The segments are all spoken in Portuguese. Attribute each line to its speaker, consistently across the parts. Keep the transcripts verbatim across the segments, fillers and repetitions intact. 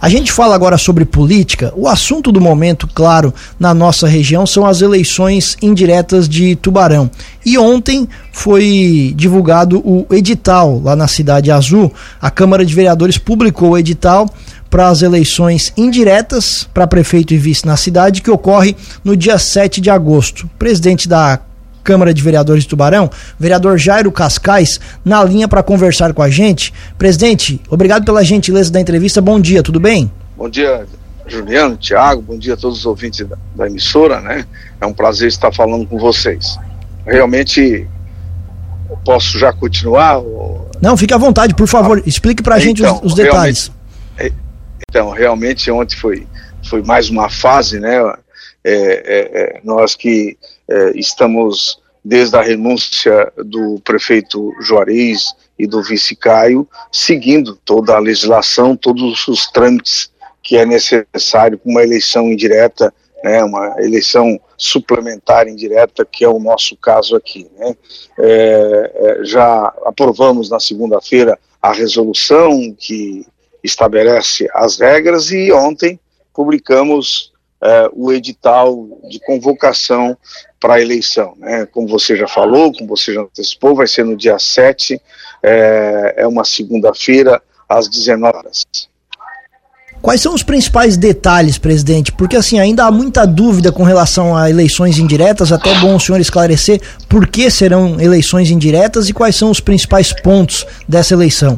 Speaker 1: A gente fala agora sobre política. O assunto do momento, claro, na nossa região são as eleições indiretas de Tubarão. E ontem foi divulgado o edital lá na Cidade Azul. A Câmara de Vereadores publicou o edital para as eleições indiretas para prefeito e vice na cidade, que ocorre no dia sete de agosto. O presidente da Câmara de Vereadores de Tubarão, vereador Jairo Cascais, na linha para conversar com a gente. Presidente, obrigado pela gentileza da entrevista. Bom dia, tudo bem?
Speaker 2: Bom dia, Juliano, Thiago, bom dia a todos os ouvintes da, da emissora, né? É um prazer estar falando com vocês. Realmente, posso já continuar? Ou...
Speaker 1: Não, fique à vontade, por favor, ah, explique para a gente
Speaker 2: então,
Speaker 1: os, os detalhes.
Speaker 2: Realmente, é, então, realmente ontem foi, foi mais uma fase, né? É, é, é, nós que é, estamos desde a renúncia do prefeito Juarez e do vice Caio, seguindo toda a legislação, todos os trâmites que é necessário para uma eleição indireta, né, uma eleição suplementar indireta, que é o nosso caso aqui, né. É, é, já aprovamos na segunda-feira a resolução que estabelece as regras e ontem publicamos Uh, o edital de convocação para a eleição, né? Como você já falou, como você já antecipou, vai ser no dia sete, é, é uma segunda-feira, às dezenove horas.
Speaker 1: Quais são os principais detalhes, presidente? Porque assim, ainda há muita dúvida com relação a eleições indiretas, até é bom o senhor esclarecer por que serão eleições indiretas e quais são os principais pontos dessa eleição.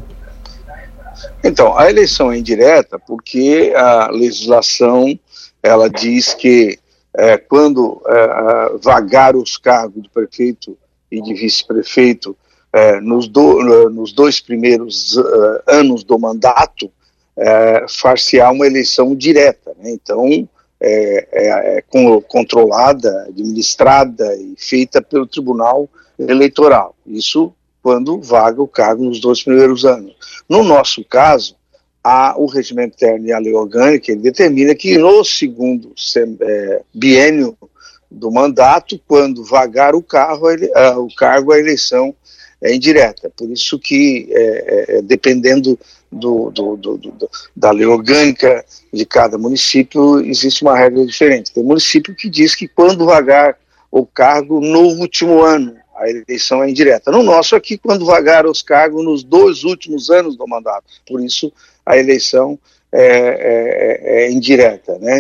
Speaker 2: Então, a eleição é indireta porque a legislação ela diz que é, quando é, vagar os cargos de prefeito e de vice-prefeito é, nos, do, nos dois primeiros uh, anos do mandato, é, far-se-á uma eleição direta, né? Então é, é, é controlada, administrada e feita pelo Tribunal Eleitoral. Isso quando vaga o cargo nos dois primeiros anos. No nosso caso, há o regimento interno e a lei orgânica, ele determina que no segundo é, biênio do mandato, quando vagar o, carro, ele, uh, o cargo, a eleição é indireta. Por isso que, é, é, dependendo do, do, do, do, da lei orgânica de cada município, existe uma regra diferente. Tem município que diz que quando vagar o cargo no último ano, a eleição é indireta. No nosso aqui, quando vagar os cargos nos dois últimos anos do mandato. Por isso, a eleição é, é, é indireta, né?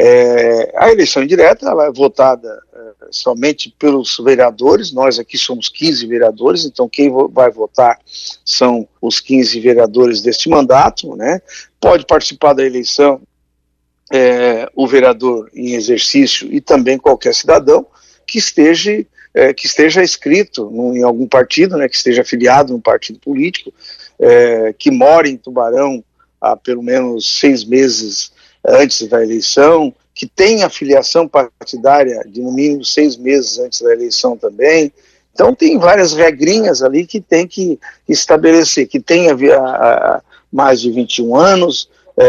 Speaker 2: É, a eleição indireta ela é votada é, somente pelos vereadores. Nós aqui somos quinze vereadores, então quem vai votar são os quinze vereadores deste mandato, né? Pode participar da eleição é, o vereador em exercício e também qualquer cidadão que esteja É, que esteja inscrito num, em algum partido, né, que esteja afiliado num partido político, é, que mora em Tubarão há pelo menos seis meses antes da eleição, que tenha filiação partidária de no mínimo seis meses antes da eleição também. Então tem várias regrinhas ali que tem que estabelecer, que tenha a, a, mais de vinte e um anos, é,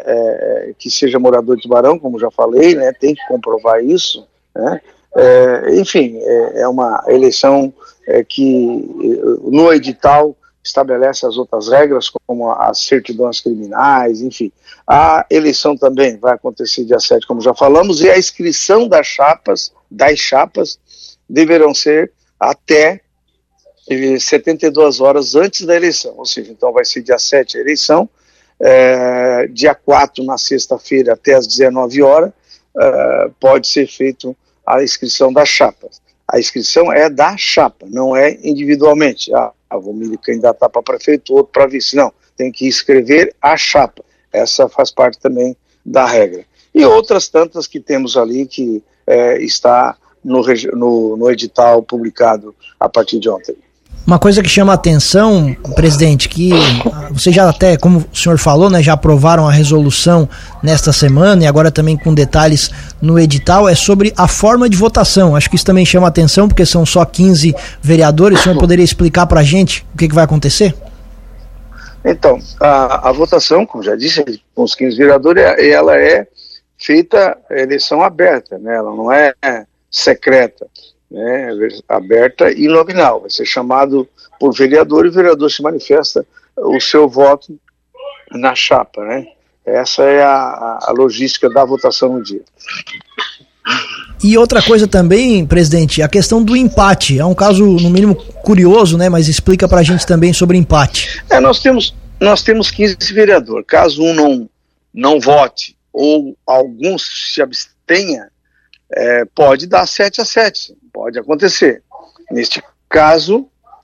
Speaker 2: é, que seja morador de Tubarão, como já falei, né, tem que comprovar isso, né. É, enfim, é, é uma eleição é, que no edital estabelece as outras regras, como as certidões criminais, enfim. A eleição também vai acontecer dia sete, como já falamos, e a inscrição das chapas, das chapas deverão ser até setenta e duas horas antes da eleição, ou seja, então vai ser dia sete a eleição, é, dia quatro na sexta-feira até às dezenove horas, é, pode ser feito a inscrição das chapas. A inscrição é da chapa, não é individualmente. Ah, vou me candidatar para prefeito, outro para vice. Não, tem que escrever a chapa. Essa faz parte também da regra. E outras tantas que temos ali que é, está no, no, no edital publicado a partir de ontem.
Speaker 1: Uma coisa que chama a atenção, presidente, que você já até, como o senhor falou, né, já aprovaram a resolução nesta semana e agora também com detalhes no edital, é sobre a forma de votação. Acho que isso também chama a atenção porque são só quinze vereadores. O senhor poderia explicar para a gente o que, que vai acontecer?
Speaker 2: Então, a, a votação, como já disse, com os quinze vereadores, ela é feita, eleição aberta, né? Ela não é secreta. Né, aberta e nominal, vai ser chamado por vereador e o vereador se manifesta o seu voto na chapa, né? Essa é a, a logística da votação no dia.
Speaker 1: E outra coisa também, presidente, a questão do empate. É um caso, no mínimo, curioso, né? Mas explica pra gente também sobre empate.
Speaker 2: É, nós temos, nós temos quinze vereadores. Caso um não, não vote ou alguns se abstenha, é, pode dar sete a sete. Pode acontecer. Neste caso,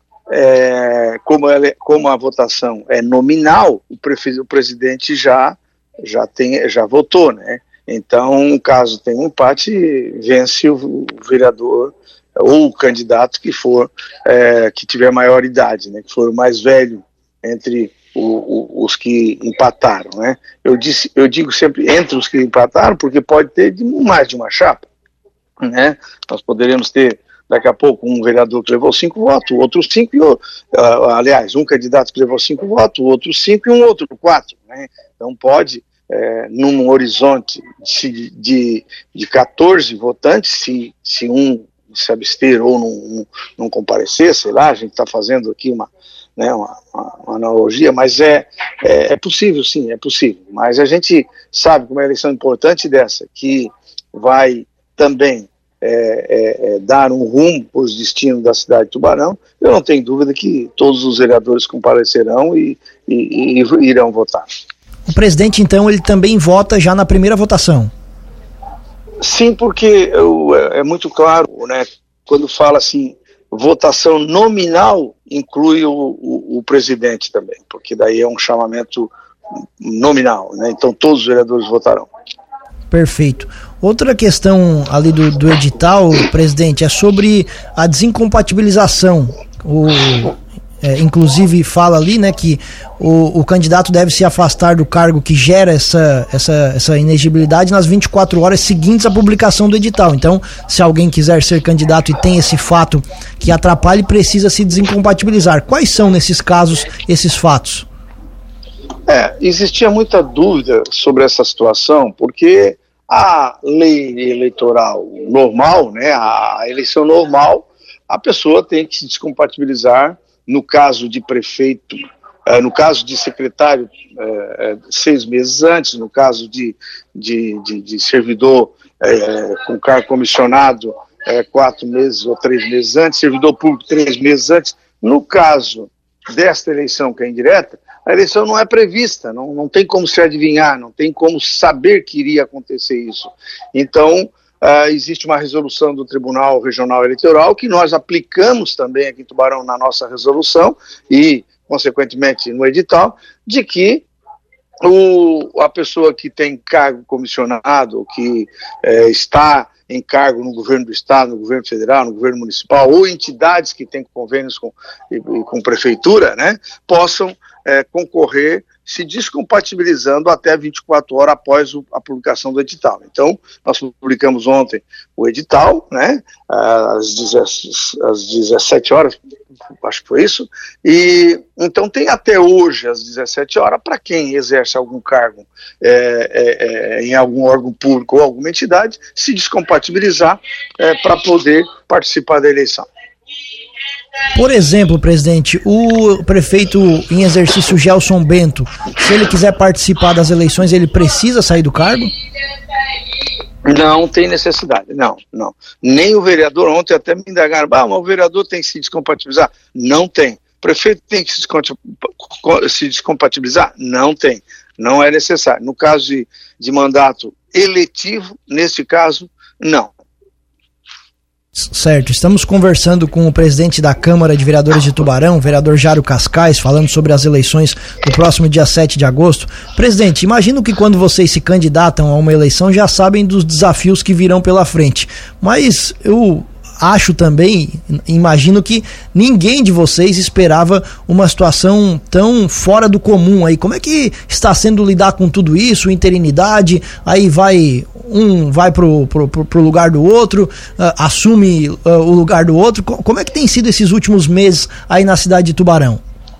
Speaker 2: é, como, ela, como a votação é nominal, o, prefe, o presidente já, já, tem, já votou, né? Então, caso tenha um empate, vence o vereador ou o candidato que for, é, que tiver maior idade, né, que for o mais velho entre o, o, os que empataram, né. Eu, disse, eu digo sempre entre os que empataram, porque pode ter de mais de uma chapa, né. Nós poderíamos ter daqui a pouco um vereador que levou cinco votos, outro cinco, e, uh, aliás, um candidato que levou cinco votos, outro cinco e um outro quatro, né. Então pode... É, num horizonte de, de, de quatorze votantes, se, se um se abster ou não, não comparecer, sei lá, a gente está fazendo aqui uma, né, uma, uma analogia, mas é, é, é possível, sim, é possível. Mas a gente sabe que uma eleição importante dessa, que vai também é, é, é, dar um rumo para os destinos da cidade de Tubarão, eu não tenho dúvida que todos os vereadores comparecerão e, e, e irão votar.
Speaker 1: O presidente, então, ele também vota já na primeira votação?
Speaker 2: Sim, porque eu, é muito claro, né, quando fala assim, votação nominal, inclui o, o, o presidente também, porque daí é um chamamento nominal, né, então todos os vereadores votarão.
Speaker 1: Perfeito. Outra questão ali do, do edital, presidente, é sobre a desincompatibilização. O... É, inclusive fala ali, né, que o, o candidato deve se afastar do cargo que gera essa, essa, essa inegibilidade nas vinte e quatro horas seguintes à publicação do edital. Então, se alguém quiser ser candidato e tem esse fato que atrapalhe, precisa se desincompatibilizar. Quais são, nesses casos, esses fatos?
Speaker 2: É, existia muita dúvida sobre essa situação, porque a lei eleitoral normal, né, a eleição normal, a pessoa tem que se descompatibilizar. No caso de prefeito, eh, no caso de secretário, eh, seis meses antes, no caso de, de, de, de servidor eh, com cargo comissionado, eh, quatro meses ou três meses antes, servidor público três meses antes. No caso desta eleição que é indireta, a eleição não é prevista, não, não tem como se adivinhar, não tem como saber que iria acontecer isso. Então, Uh, existe uma resolução do Tribunal Regional Eleitoral que nós aplicamos também aqui em Tubarão na nossa resolução e, consequentemente, no edital, de que o, a pessoa que tem cargo comissionado, ou que eh, está em cargo no governo do estado, no governo federal, no governo municipal, ou entidades que têm convênios com, e, e com prefeitura, né, possam eh, concorrer se descompatibilizando até vinte e quatro horas após o, a publicação do edital. Então, nós publicamos ontem o edital, né, às, às dezessete horas, acho que foi isso, e então tem até hoje, às dezessete horas, para quem exerce algum cargo é, é, é, em algum órgão público ou alguma entidade, se descompatibilizar é, para poder participar da eleição.
Speaker 1: Por exemplo, presidente, o prefeito em exercício Gelson Bento, se ele quiser participar das eleições, ele precisa sair do cargo?
Speaker 2: Não tem necessidade, não, não. Nem o vereador, ontem até me indagaram, ah, mas o vereador tem que se descompatibilizar? Não tem. O prefeito tem que se descompatibilizar? Não tem. Não é necessário. No caso de, de mandato eletivo, nesse caso, não.
Speaker 1: Certo, estamos conversando com o presidente da Câmara de Vereadores de Tubarão, vereador Jário Cascais, falando sobre as eleições do próximo dia sete de agosto. Presidente, imagino que quando vocês se candidatam a uma eleição já sabem dos desafios que virão pela frente, mas eu acho também, imagino que ninguém de vocês esperava uma situação tão fora do comum aí. Como é que está sendo lidar com tudo isso, interinidade, aí vai... um vai pro, pro, pro lugar do outro, uh, assume uh, o lugar do outro. Como é que tem sido esses últimos meses aí na cidade de Tubarão?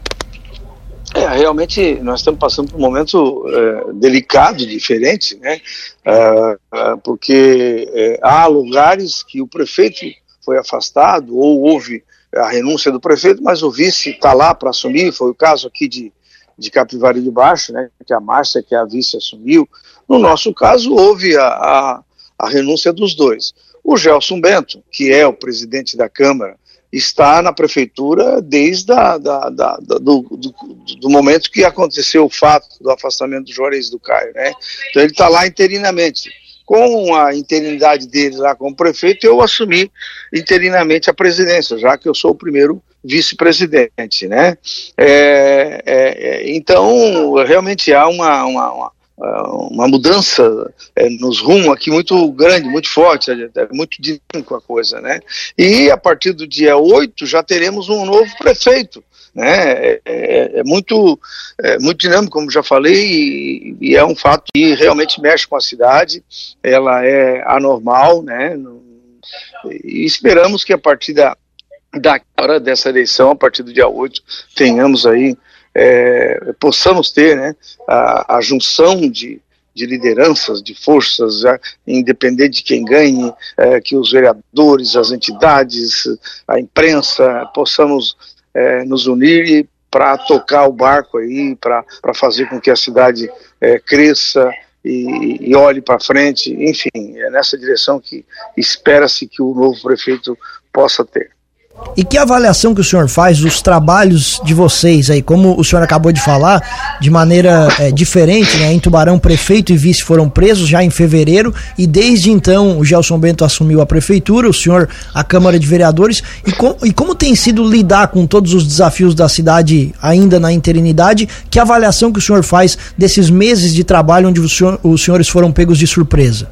Speaker 2: É, realmente nós estamos passando por um momento uh, delicado, diferente, né? Uh, uh, porque uh, há lugares que o prefeito foi afastado ou houve a renúncia do prefeito, mas o vice está lá para assumir. Foi o caso aqui de, de Capivari de Baixo, né, que a Márcia, que a vice, assumiu. No nosso caso, houve a, a, a renúncia dos dois. O Gelson Bento, que é o presidente da Câmara, está na prefeitura desde a, da, da, da, do, do, do momento que aconteceu o fato do afastamento do Juarez do Caio, né? Então ele está lá interinamente. Com a interinidade dele lá como prefeito, eu assumi interinamente a presidência, já que eu sou o primeiro vice-presidente, né? É, é, então, realmente há uma, uma, uma, uma mudança é, nos rumos aqui muito grande, muito forte, é, é muito dinâmico a coisa, né? E a partir do dia oito já teremos um novo prefeito, né? É, é, é, muito, é muito dinâmico, como já falei, e, e é um fato que realmente mexe com a cidade. Ela é anormal, né? E esperamos que a partir da, da hora dessa eleição, a partir do dia oito, tenhamos aí, é, possamos ter, né, a, a junção de, de lideranças, de forças, já, independente de quem ganhe, é, que os vereadores, as entidades, a imprensa, possamos É, nos unir para tocar o barco aí, para fazer com que a cidade é, cresça e, e olhe para frente. Enfim, é nessa direção que espera-se que o novo prefeito possa ter.
Speaker 1: E que avaliação que o senhor faz dos trabalhos de vocês aí, como o senhor acabou de falar, de maneira é, diferente, né? Em Tubarão, prefeito e vice foram presos já em fevereiro, e desde então o Gelson Bento assumiu a prefeitura, o senhor a Câmara de Vereadores, e, com, e como tem sido lidar com todos os desafios da cidade ainda na interinidade? Que avaliação que o senhor faz desses meses de trabalho onde o senhor, os senhores foram pegos de surpresa?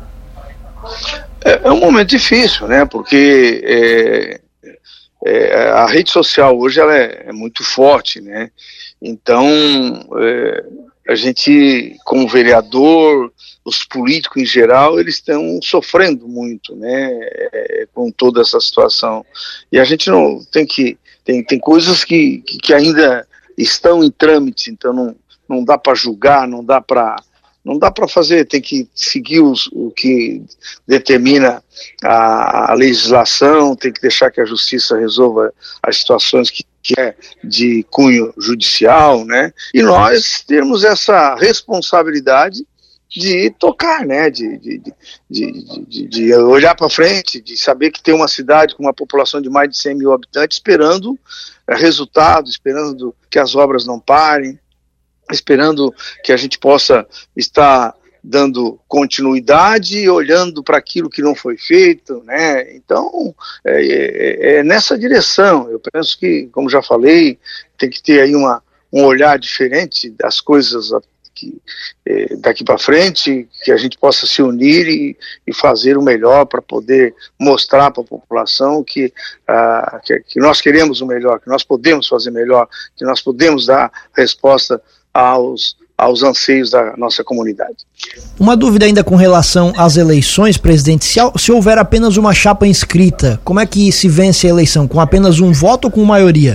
Speaker 2: É, é um momento difícil, né? Porque é... É, a rede social hoje ela é, é muito forte, né? Então é, a gente, como vereador, os políticos em geral, eles estão sofrendo muito, né? É, com toda essa situação. E a gente não tem que tem, tem coisas que, que, que ainda estão em trâmite, então não, não dá para julgar, não dá para Não dá para fazer, tem que seguir os, o que determina a, a legislação, tem que deixar que a justiça resolva as situações que, que é de cunho judicial, né? E nós temos essa responsabilidade de tocar, né? De, de, de, de, de olhar para frente, de saber que tem uma cidade com uma população de mais de cem mil habitantes esperando é, resultado, esperando que as obras não parem, esperando que a gente possa estar dando continuidade, olhando para aquilo que não foi feito, né? Então, é, é, é nessa direção. Eu penso que, como já falei, tem que ter aí uma, um olhar diferente das coisas que, é, daqui para frente, que a gente possa se unir e, e fazer o melhor para poder mostrar para a população que, ah, que, que nós queremos o melhor, que nós podemos fazer melhor, que nós podemos dar resposta aos, aos anseios da nossa comunidade.
Speaker 1: Uma dúvida ainda com relação às eleições, presidente, se, se houver apenas uma chapa inscrita, como é que se vence a eleição? Com apenas um voto ou com maioria?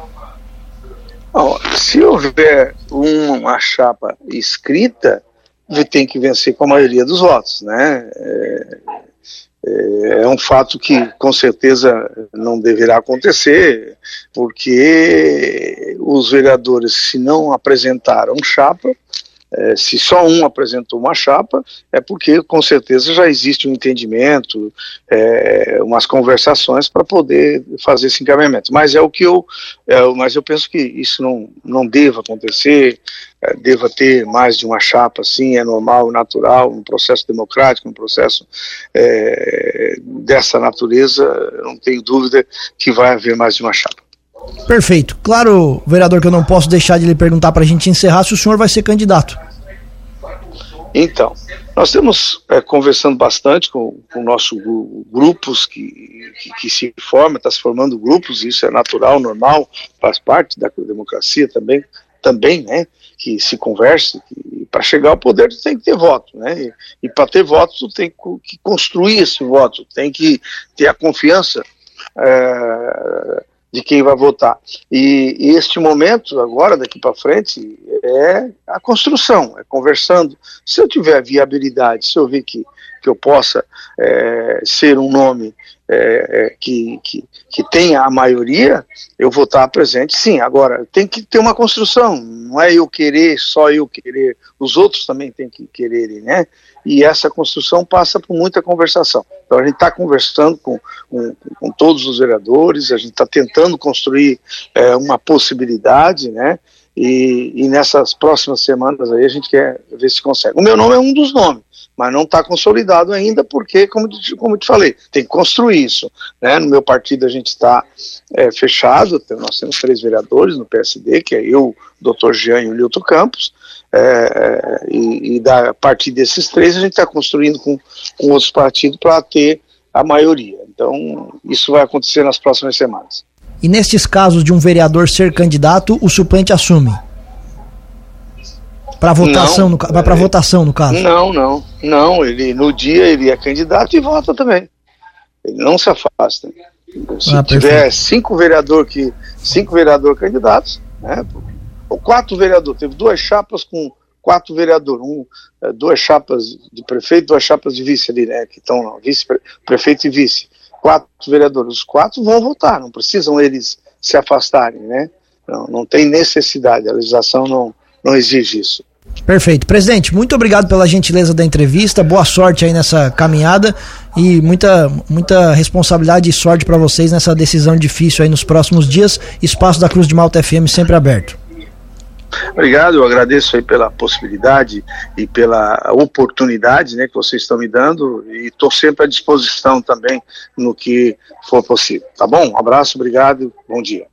Speaker 2: Bom, se houver uma chapa inscrita, tem que vencer com a maioria dos votos, né? É, é um fato que com certeza não deverá acontecer, porque os vereadores, se não apresentaram chapa, é, se só um apresentou uma chapa, é porque com certeza já existe um entendimento, é, umas conversações para poder fazer esse encaminhamento. Mas é o que eu, é, mas eu penso que isso não, não deva acontecer, é, deva ter mais de uma chapa, sim, é normal, natural, um processo democrático, um processo é, dessa natureza, eu não tenho dúvida que vai haver mais de uma chapa.
Speaker 1: Perfeito. Claro, vereador, que eu não posso deixar de lhe perguntar para a gente encerrar se o senhor vai ser candidato.
Speaker 2: Então, nós temos é, conversando bastante com o nosso grupos que, que, que se formam, está se formando grupos, isso é natural, normal, faz parte da democracia também, também, né, que se converse, que para chegar ao poder tu tem que ter voto, né, e, e para ter voto tu tem que construir esse voto, tem que ter a confiança é, de quem vai votar. E, e este momento, agora, daqui para frente, é a construção, é conversando. Se eu tiver viabilidade, se eu ver que, que eu possa é, ser um nome é, que, que, que tenha a maioria, eu vou estar presente, sim. Agora, tem que ter uma construção, não é eu querer, só eu querer, os outros também têm que quererem, né? E essa construção passa por muita conversação. Então a gente está conversando com, com, com todos os vereadores, a gente está tentando construir é, uma possibilidade, né? E, e nessas próximas semanas aí a gente quer ver se consegue. O meu nome é um dos nomes, mas não está consolidado ainda porque, como, como eu te falei, tem que construir isso, né? No meu partido a gente está é, fechado, nós temos três vereadores no P S D, que é eu, o doutor Jean e o Lilton Campos, é, e, e da, a partir desses três a gente está construindo com, com outros partidos para ter a maioria. Então isso vai acontecer nas próximas semanas.
Speaker 1: E nestes casos de um vereador ser candidato, o suplente assume? Para votação, não, no, vai para votação no caso?
Speaker 2: Não, não, não. Ele no dia ele é candidato e vota também. Ele não se afasta. Se ah, tiver cinco vereadores que cinco vereadores candidatos, né? Ou quatro vereadores. Teve duas chapas com quatro vereadores, um, duas chapas de prefeito, duas chapas de vice ali, né? Que estão vice prefeito e vice. Quatro vereadores, os quatro vão votar, não precisam eles se afastarem, né? Não, não tem necessidade, a legislação não, não exige isso.
Speaker 1: Perfeito. Presidente, muito obrigado pela gentileza da entrevista, boa sorte aí nessa caminhada e muita, muita responsabilidade e sorte para vocês nessa decisão difícil aí nos próximos dias. Espaço da Cruz de Malta F M sempre aberto.
Speaker 2: Obrigado, eu agradeço aí pela possibilidade e pela oportunidade, né, que vocês estão me dando e estou sempre à disposição também no que for possível, tá bom? Um abraço, obrigado, bom dia.